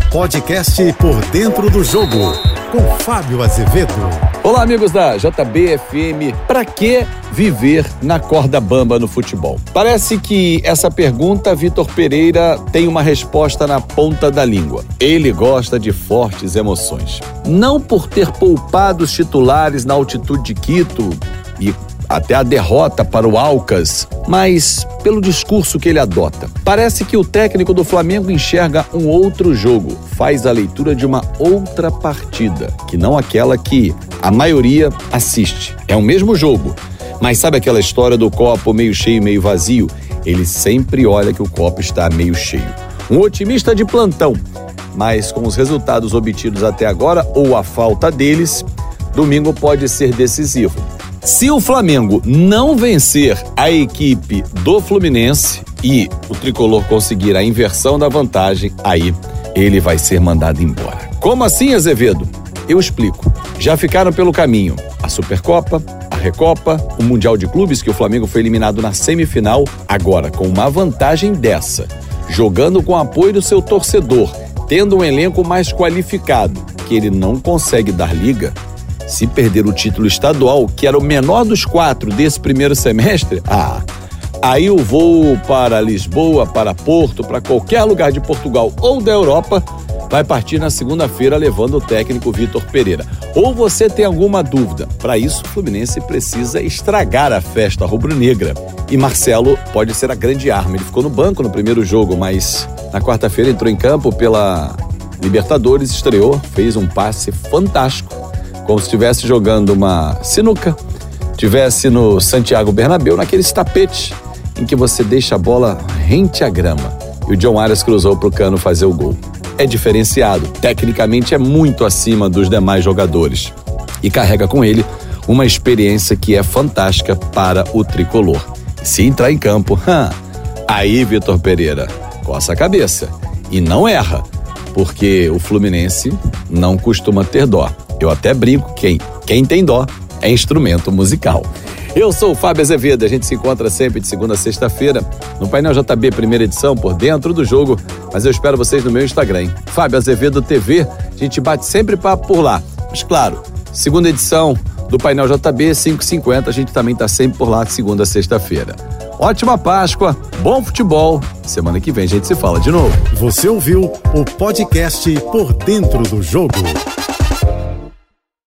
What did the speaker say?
Podcast Por Dentro do Jogo, com Fábio Azevedo. Olá, amigos da JB-FM. Pra que viver na corda bamba no futebol? Parece que essa pergunta, Vitor Pereira tem uma resposta na ponta da língua. Ele gosta de fortes emoções. Não por ter poupado os titulares na altitude de Quito e até a derrota para o Alcas, mas pelo discurso que ele adota. Parece que o técnico do Flamengo enxerga um outro jogo, faz a leitura de uma outra partida, que não aquela que a maioria assiste. É o mesmo jogo, mas sabe aquela história do copo meio cheio e meio vazio? Ele sempre olha que o copo está meio cheio. Um otimista de plantão, mas com os resultados obtidos até agora, ou a falta deles, domingo pode ser decisivo. Se o Flamengo não vencer a equipe do Fluminense e o tricolor conseguir a inversão da vantagem, aí ele vai ser mandado embora. Como assim, Azevedo? Eu explico. Já ficaram pelo caminho a Supercopa, a Recopa, o Mundial de Clubes, que o Flamengo foi eliminado na semifinal, agora com uma vantagem dessa, jogando com o apoio do seu torcedor, tendo um elenco mais qualificado, que ele não consegue dar liga. Se perder o título estadual, que era o menor dos 4 desse primeiro semestre, aí o voo para Lisboa, para Porto, para qualquer lugar de Portugal ou da Europa, vai partir na segunda-feira levando o técnico Vitor Pereira. Ou você tem alguma dúvida? Para isso, o Fluminense precisa estragar a festa rubro-negra. E Marcelo pode ser a grande arma. Ele ficou no banco no primeiro jogo, mas na quarta-feira entrou em campo pela Libertadores, estreou, fez um passe fantástico, como se estivesse jogando uma sinuca, estivesse no Santiago Bernabéu, naqueles tapetes em que você deixa a bola rente à grama. E o John Arias cruzou para o Cano fazer o gol. É diferenciado, tecnicamente é muito acima dos demais jogadores. E carrega com ele uma experiência que é fantástica para o tricolor. Se entrar em campo, aí Vitor Pereira coça a cabeça e não erra, porque o Fluminense não costuma ter dó. Eu até brinco, quem tem dó é instrumento musical. Eu sou o Fábio Azevedo, a gente se encontra sempre de segunda a sexta-feira no Painel JB, primeira edição, Por Dentro do Jogo, mas eu espero vocês no meu Instagram, hein? Fábio Azevedo TV, a gente bate sempre papo por lá. Mas claro, segunda edição do Painel JB, 5h50, a gente também está sempre por lá de segunda a sexta-feira. Ótima Páscoa, bom futebol, semana que vem a gente se fala de novo. Você ouviu o podcast Por Dentro do Jogo.